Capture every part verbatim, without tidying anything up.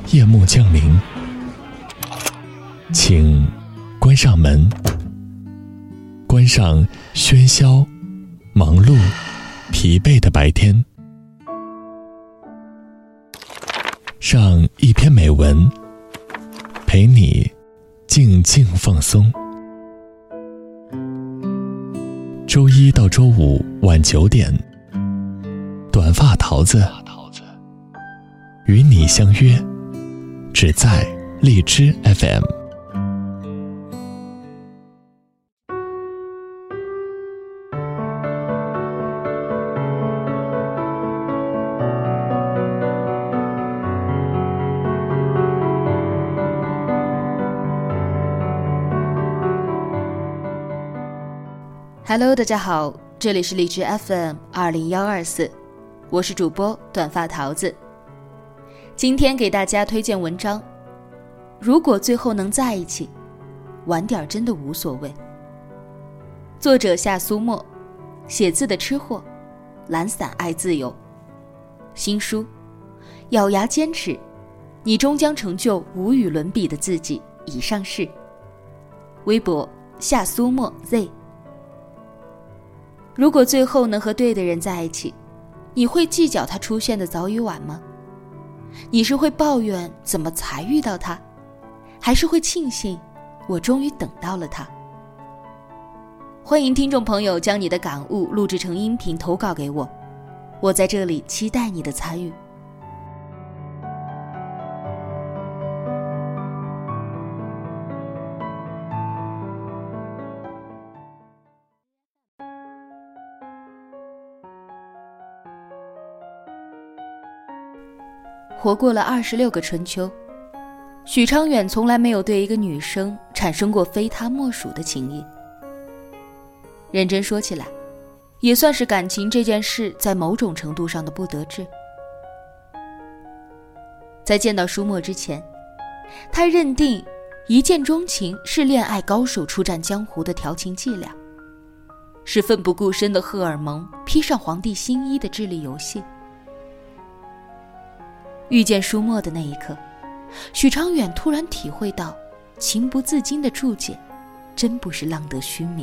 夜幕降临，请关上门，关上喧嚣、忙碌、疲惫的白天，上一篇美文，陪你静静放松。周一到周五晚九点，短发桃子与你相约，只在荔枝 F M。Hello， 大家好，这里是荔枝 F M 二零一二四，我是主播短发桃子。今天给大家推荐文章，如果最后能在一起，晚点真的无所谓。作者夏苏沫，写字的吃货，懒散爱自由。新书，咬牙坚持，你终将成就无与伦比的自己已上市。微博夏苏沫 Z。如果最后能和对的人在一起，你会计较他出现的早与晚吗？你是会抱怨怎么才遇到他，还是会庆幸我终于等到了他？欢迎听众朋友将你的感悟录制成音频投稿给我，我在这里期待你的参与。活过了二十六个春秋，许昌远从来没有对一个女生产生过非他莫属的情谊。认真说起来，也算是感情这件事在某种程度上的不得志。在见到舒沫之前，他认定一见钟情是恋爱高手出战江湖的调情伎俩，是奋不顾身的荷尔蒙披上皇帝新衣的智力游戏。遇见舒沫的那一刻，许昌远突然体会到情不自禁的注解真不是浪得虚名。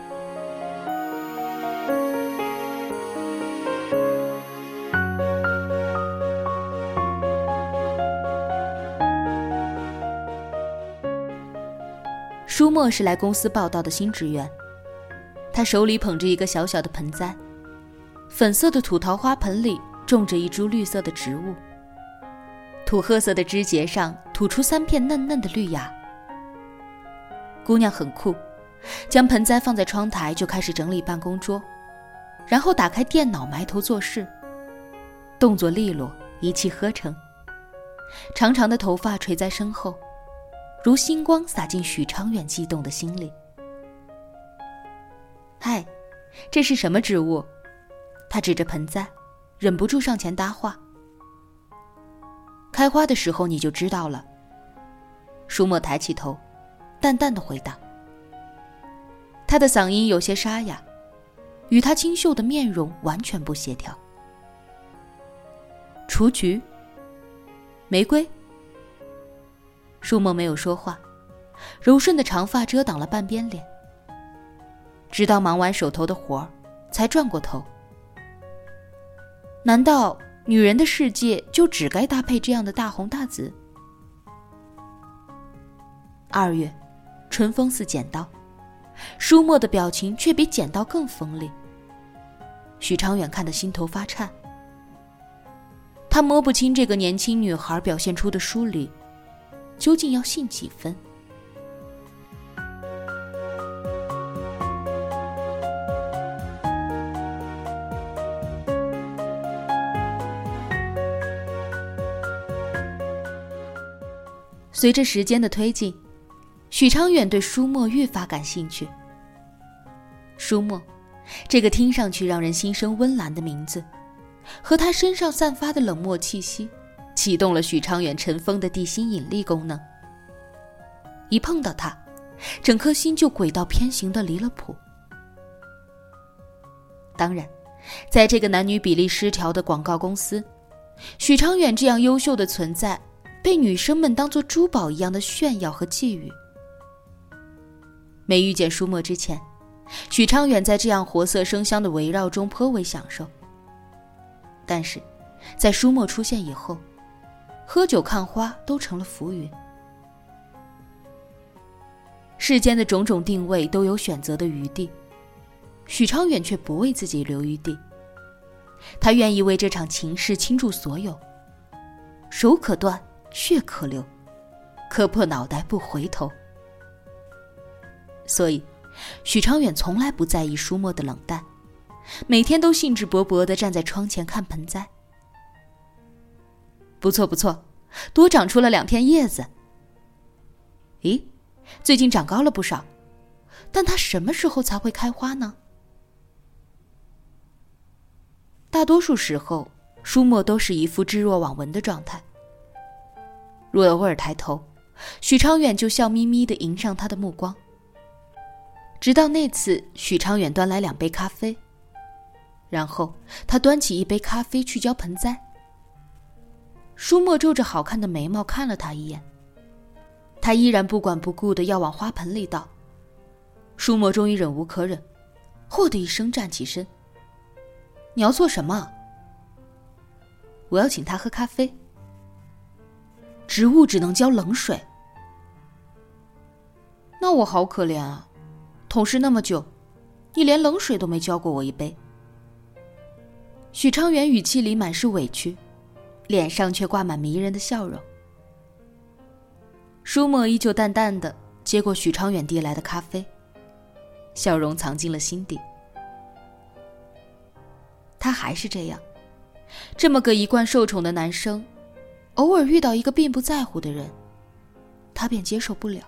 舒沫是来公司报道的新职员，他手里捧着一个小小的盆栽，粉色的土桃花盆里种着一株绿色的植物，土褐色的枝节上吐出三片嫩嫩的绿芽。姑娘很酷，将盆栽放在窗台就开始整理办公桌，然后打开电脑埋头做事，动作利落，一气呵成。长长的头发垂在身后，如星光洒进许昌远激动的心里。嗨，这是什么植物？他指着盆栽，忍不住上前搭话。开花的时候你就知道了。舒沫抬起头，淡淡的回答。他的嗓音有些沙哑，与他清秀的面容完全不协调。雏菊？玫瑰？舒沫没有说话，柔顺的长发遮挡了半边脸，直到忙完手头的活儿，才转过头。难道女人的世界就只该搭配这样的大红大紫？二月，春风似剪刀，舒沫的表情却比剪刀更锋利。许昌远看得心头发颤，他摸不清这个年轻女孩表现出的疏离究竟要信几分。随着时间的推进，许昌远对舒沫愈发感兴趣。舒沫，这个听上去让人心生温岚的名字，和他身上散发的冷漠气息，启动了许昌远尘封的地心引力功能。一碰到他，整颗心就轨道偏行的离了谱。当然，在这个男女比例失调的广告公司，许昌远这样优秀的存在被女生们当作珠宝一样的炫耀和觊觎。没遇见舒墨之前，许昌远在这样活色生香的围绕中颇为享受。但是在舒墨出现以后，喝酒看花都成了浮云。世间的种种定位都有选择的余地，许昌远却不为自己留余地。他愿意为这场情事倾注所有，手可断，血可流，磕破脑袋不回头。所以许昌远从来不在意舒墨的冷淡，每天都兴致勃勃地站在窗前看盆栽。不错不错，多长出了两片叶子。咦，最近长高了不少，但它什么时候才会开花呢？大多数时候，舒墨都是一副置若罔闻的状态。若偶尔抬头，许昌远就笑眯眯地迎上他的目光。直到那次许昌远端来两杯咖啡，然后他端起一杯咖啡去浇盆栽。舒墨皱着好看的眉毛看了他一眼，他依然不管不顾地要往花盆里倒。舒墨终于忍无可忍，吼的一声站起身。你要做什么？我要请他喝咖啡。植物只能浇冷水。那我好可怜啊，同事那么久，你连冷水都没浇过我一杯。许昌远语气里满是委屈，脸上却挂满迷人的笑容。舒墨依旧淡淡的接过许昌远递来的咖啡，笑容藏进了心底。他还是这样，这么个一贯受宠的男生，偶尔遇到一个并不在乎的人，他便接受不了。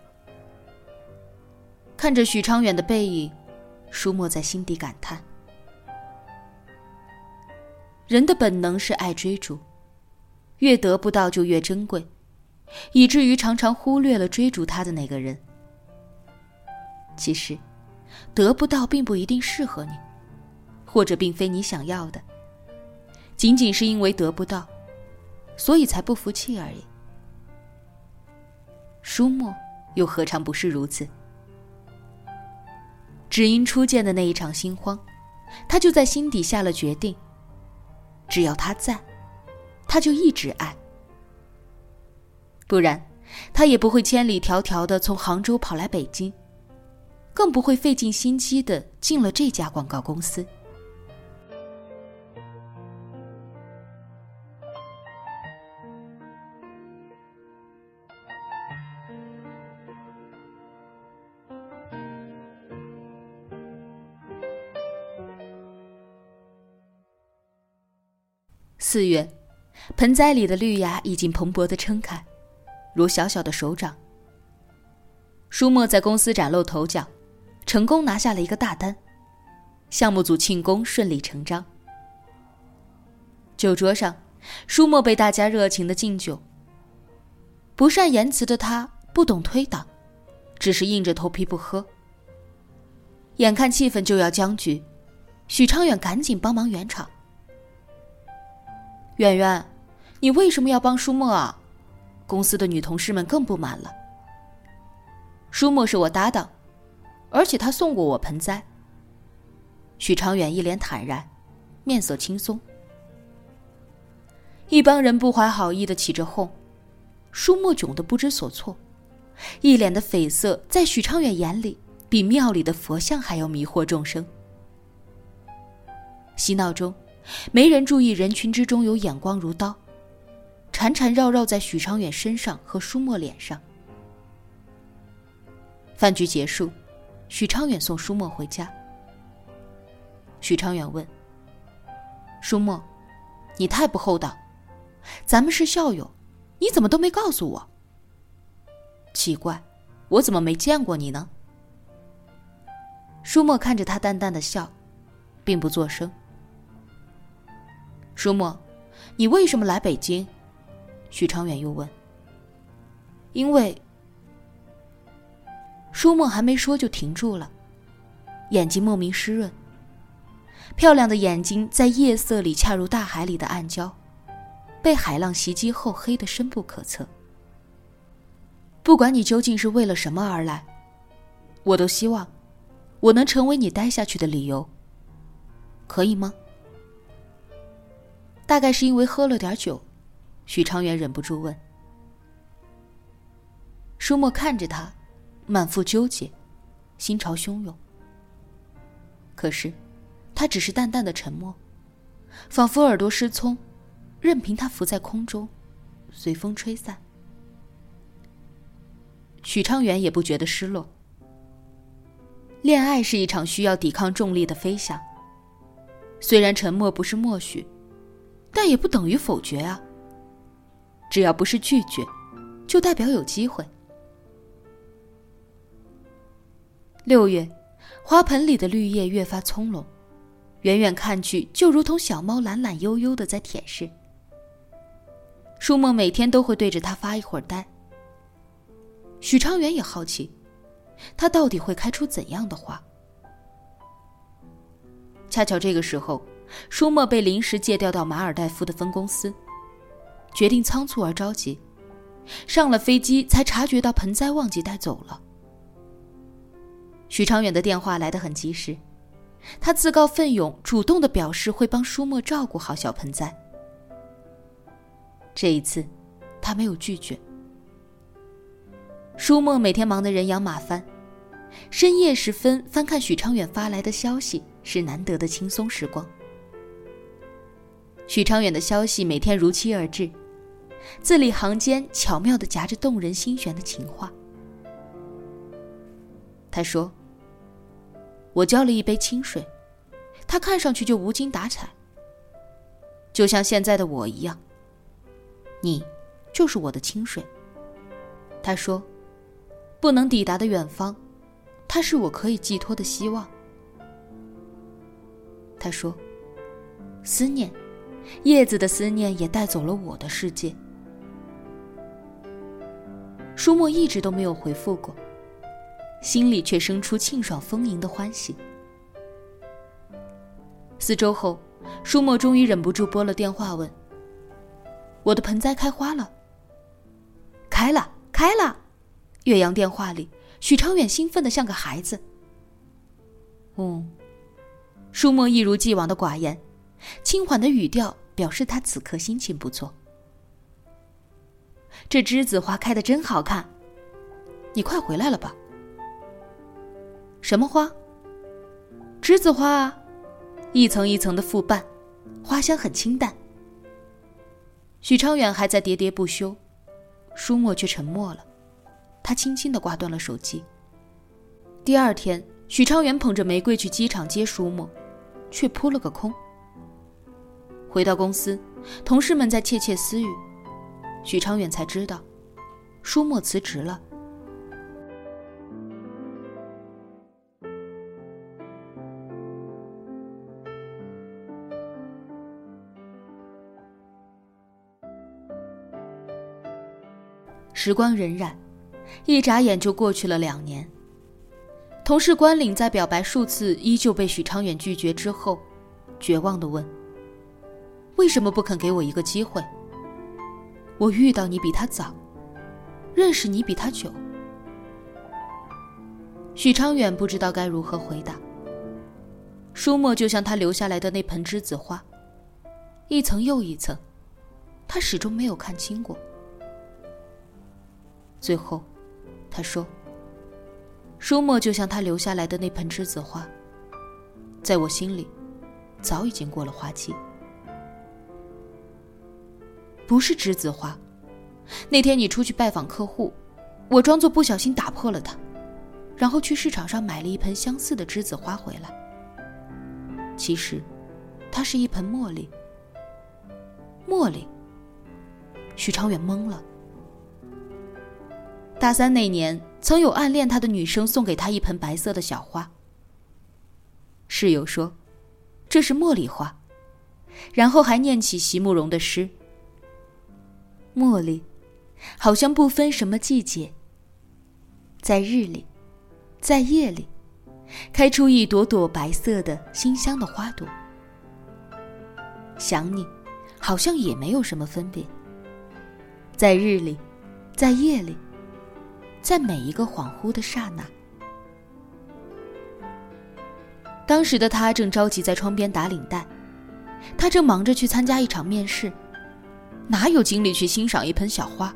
看着许昌远的背影，舒墨在心底感叹，人的本能是爱追逐，越得不到就越珍贵，以至于常常忽略了追逐他的那个人。其实得不到并不一定适合你，或者并非你想要的，仅仅是因为得不到，所以才不服气而已。舒墨又何尝不是如此？只因初见的那一场心慌，他就在心底下了决定，只要他在，他就一直爱。不然他也不会千里迢迢地从杭州跑来北京，更不会费尽心机地进了这家广告公司。四月，盆栽里的绿芽已经蓬勃地撑开，如小小的手掌。舒墨在公司崭露头角，成功拿下了一个大单，项目组庆功顺理成章。酒桌上，舒墨被大家热情地敬酒。不善言辞的他不懂推挡，只是硬着头皮不喝。眼看气氛就要僵局，许昌远赶紧帮忙圆场。远远，你为什么要帮舒墨啊？公司的女同事们更不满了。舒墨是我搭档，而且他送过我盆栽。许昌远一脸坦然，面色轻松。一帮人不怀好意地起着哄，舒墨窘得不知所措，一脸的绯色在许昌远眼里比庙里的佛像还要迷惑众生。嬉闹中，没人注意人群之中有眼光如刀，缠缠绕绕在许昌远身上和舒墨脸上。饭局结束，许昌远送舒墨回家。许昌远问：舒墨，你太不厚道，咱们是校友，你怎么都没告诉我？奇怪，我怎么没见过你呢？舒墨看着他淡淡的笑，并不作声。舒墨，你为什么来北京？许昌远又问。因为……舒墨还没说就停住了，眼睛莫名湿润，漂亮的眼睛在夜色里恰如大海里的暗礁，被海浪袭击后黑得深不可测。 不管你究竟是为了什么而来，我都希望我能成为你待下去的理由，可以吗？大概是因为喝了点酒，许昌元忍不住问。舒沫看着他，满腹纠结，心潮汹涌。可是他只是淡淡的沉默，仿佛耳朵失聪，任凭它浮在空中，随风吹散。许昌元也不觉得失落。恋爱是一场需要抵抗重力的飞翔，虽然沉默不是默许，但也不等于否决啊。只要不是拒绝，就代表有机会。六月，花盆里的绿叶越发葱茏，远远看去就如同小猫懒懒悠悠地在舔舐。舒沫每天都会对着它发一会儿呆。许昌元也好奇，他到底会开出怎样的花。恰巧这个时候，舒沫被临时借调到马尔代夫的分公司，决定仓促而着急，上了飞机才察觉到盆栽忘记带走了。许昌远的电话来得很及时，他自告奋勇，主动地表示会帮舒沫照顾好小盆栽。这一次，他没有拒绝。舒沫每天忙得人仰马翻，深夜时分翻看许昌远发来的消息是难得的轻松时光。许昌远的消息每天如期而至，字里行间巧妙地夹着动人心弦的情话。他说，我浇了一杯清水，它看上去就无精打采，就像现在的我一样，你就是我的清水。他说，不能抵达的远方，它是我可以寄托的希望。他说，思念，叶子的思念也带走了我的世界。舒沫一直都没有回复过，心里却生出沁爽丰盈的欢喜。四周后，舒沫终于忍不住拨了电话问，我的盆栽开花了？开了，开了！岳阳电话里，许昌远兴奋得像个孩子。嗯，舒沫一如既往的寡言，轻缓的语调表示他此刻心情不错。这栀子花开得真好看，你快回来了吧？什么花？栀子花啊，一层一层的复瓣，花香很清淡。许昌远还在喋喋不休，舒沫却沉默了，他轻轻地挂断了手机。第二天，许昌远捧着玫瑰去机场接舒沫，却扑了个空。回到公司，同事们在窃窃私语，许昌远才知道，舒沫辞职了。时光荏苒，一眨眼就过去了两年。同事关岭在表白数次依旧被许昌远拒绝之后，绝望地问，为什么不肯给我一个机会？我遇到你比他早，认识你比他久。许昌远不知道该如何回答。舒沫就像他留下来的那盆栀子花，一层又一层，他始终没有看清过。最后他说，舒沫就像他留下来的那盆栀子花，在我心里早已经过了花期。不是栀子花，那天你出去拜访客户，我装作不小心打破了它，然后去市场上买了一盆相似的栀子花回来。其实它是一盆茉莉。茉莉？许昌远懵了。大三那年，曾有暗恋他的女生送给他一盆白色的小花。室友说，这是茉莉花，然后还念起席慕容的诗。茉莉，好像不分什么季节，在日里，在夜里，开出一朵朵白色的馨香的花朵。想你，好像也没有什么分别，在日里，在夜里， 在每一个恍惚的刹那。当时的他正着急在窗边打领带，他正忙着去参加一场面试，哪有精力去欣赏一盆小花？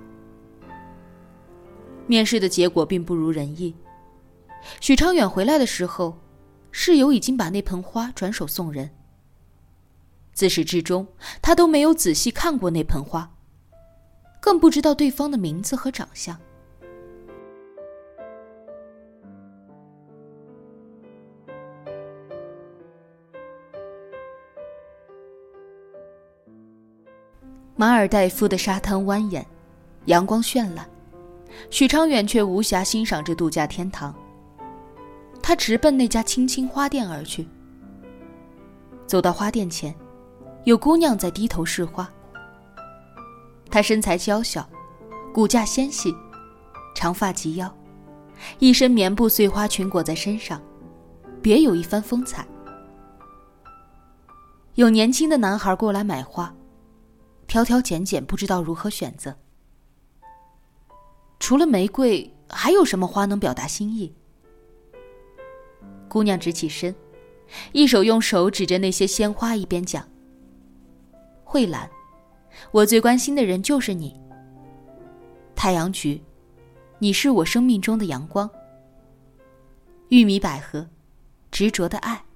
面试的结果并不如人意，许昌远回来的时候，室友已经把那盆花转手送人。自始至终，他都没有仔细看过那盆花，更不知道对方的名字和长相。马尔代夫的沙滩蜿蜒，阳光绚烂，许昌远却无暇欣赏这度假天堂。他直奔那家青青花店而去。走到花店前，有姑娘在低头试花。她身材娇小，骨架纤细，长发及腰，一身棉布碎花裙裹在身上，别有一番风采。有年轻的男孩过来买花，挑挑拣拣，不知道如何选择。除了玫瑰，还有什么花能表达心意？姑娘直起身，一手用手指着那些鲜花，一边讲：蕙兰，我最关心的人就是你。太阳菊，你是我生命中的阳光。玉米百合，执着的爱。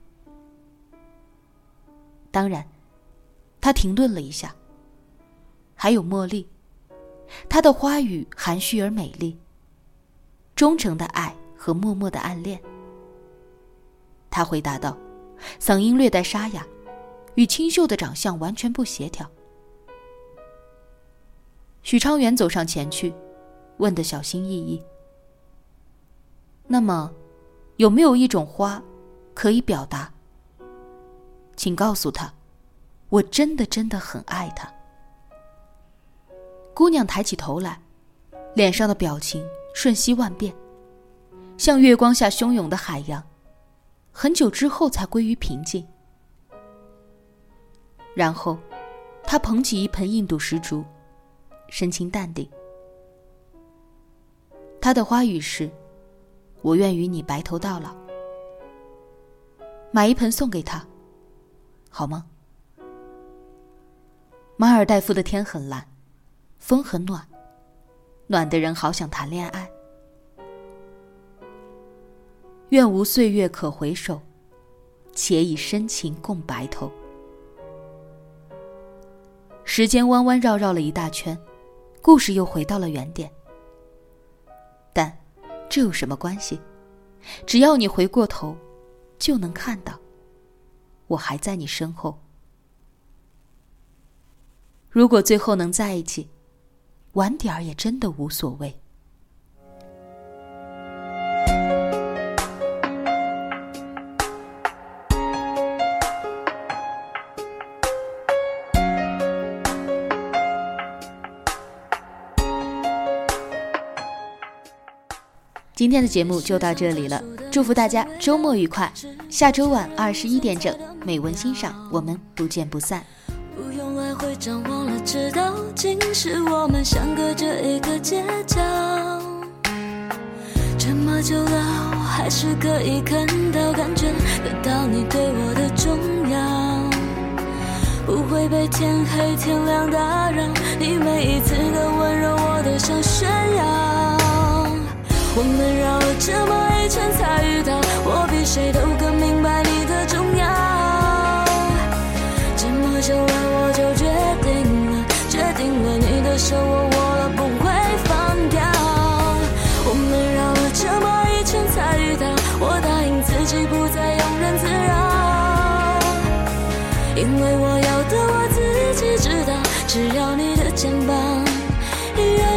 当然，他停顿了一下。还有茉莉，她的花语含蓄而美丽，忠诚的爱和默默的暗恋。他回答道，嗓音略带沙哑，与清秀的长相完全不协调。许昌远走上前去，问得小心翼翼：那么，有没有一种花可以表达？请告诉他，我真的真的很爱他。姑娘抬起头来，脸上的表情瞬息万变，像月光下汹涌的海洋，很久之后才归于平静。然后她捧起一盆印度石竹，神情淡定。她的花语是：我愿与你白头到老。买一盆送给她，好吗？马尔代夫的天很蓝，风很暖，暖的人好想谈恋爱。愿无岁月可回首，且以深情共白头。时间弯弯绕绕了一大圈，故事又回到了原点。但这有什么关系？只要你回过头，就能看到，我还在你身后。如果最后能在一起，晚点儿也真的无所谓。今天的节目就到这里了，祝福大家周末愉快。下周晚二十一点整，美文欣赏，我们不见不散。 不用来回张望了，知道竟是我们相隔着一个街角。这么久了，我还是可以看到，感觉得到你对我的重要，不会被天黑天亮打扰，你每一次的温柔我都想炫耀。我们绕了这么一圈才遇到，我比谁都更明白你的重要。这么久了我就决定了，决定了你的手我握了不会放掉。我们绕了这么一圈才遇到，我答应自己不再庸人自扰，因为我要的我自己知道，只要你的肩膀依然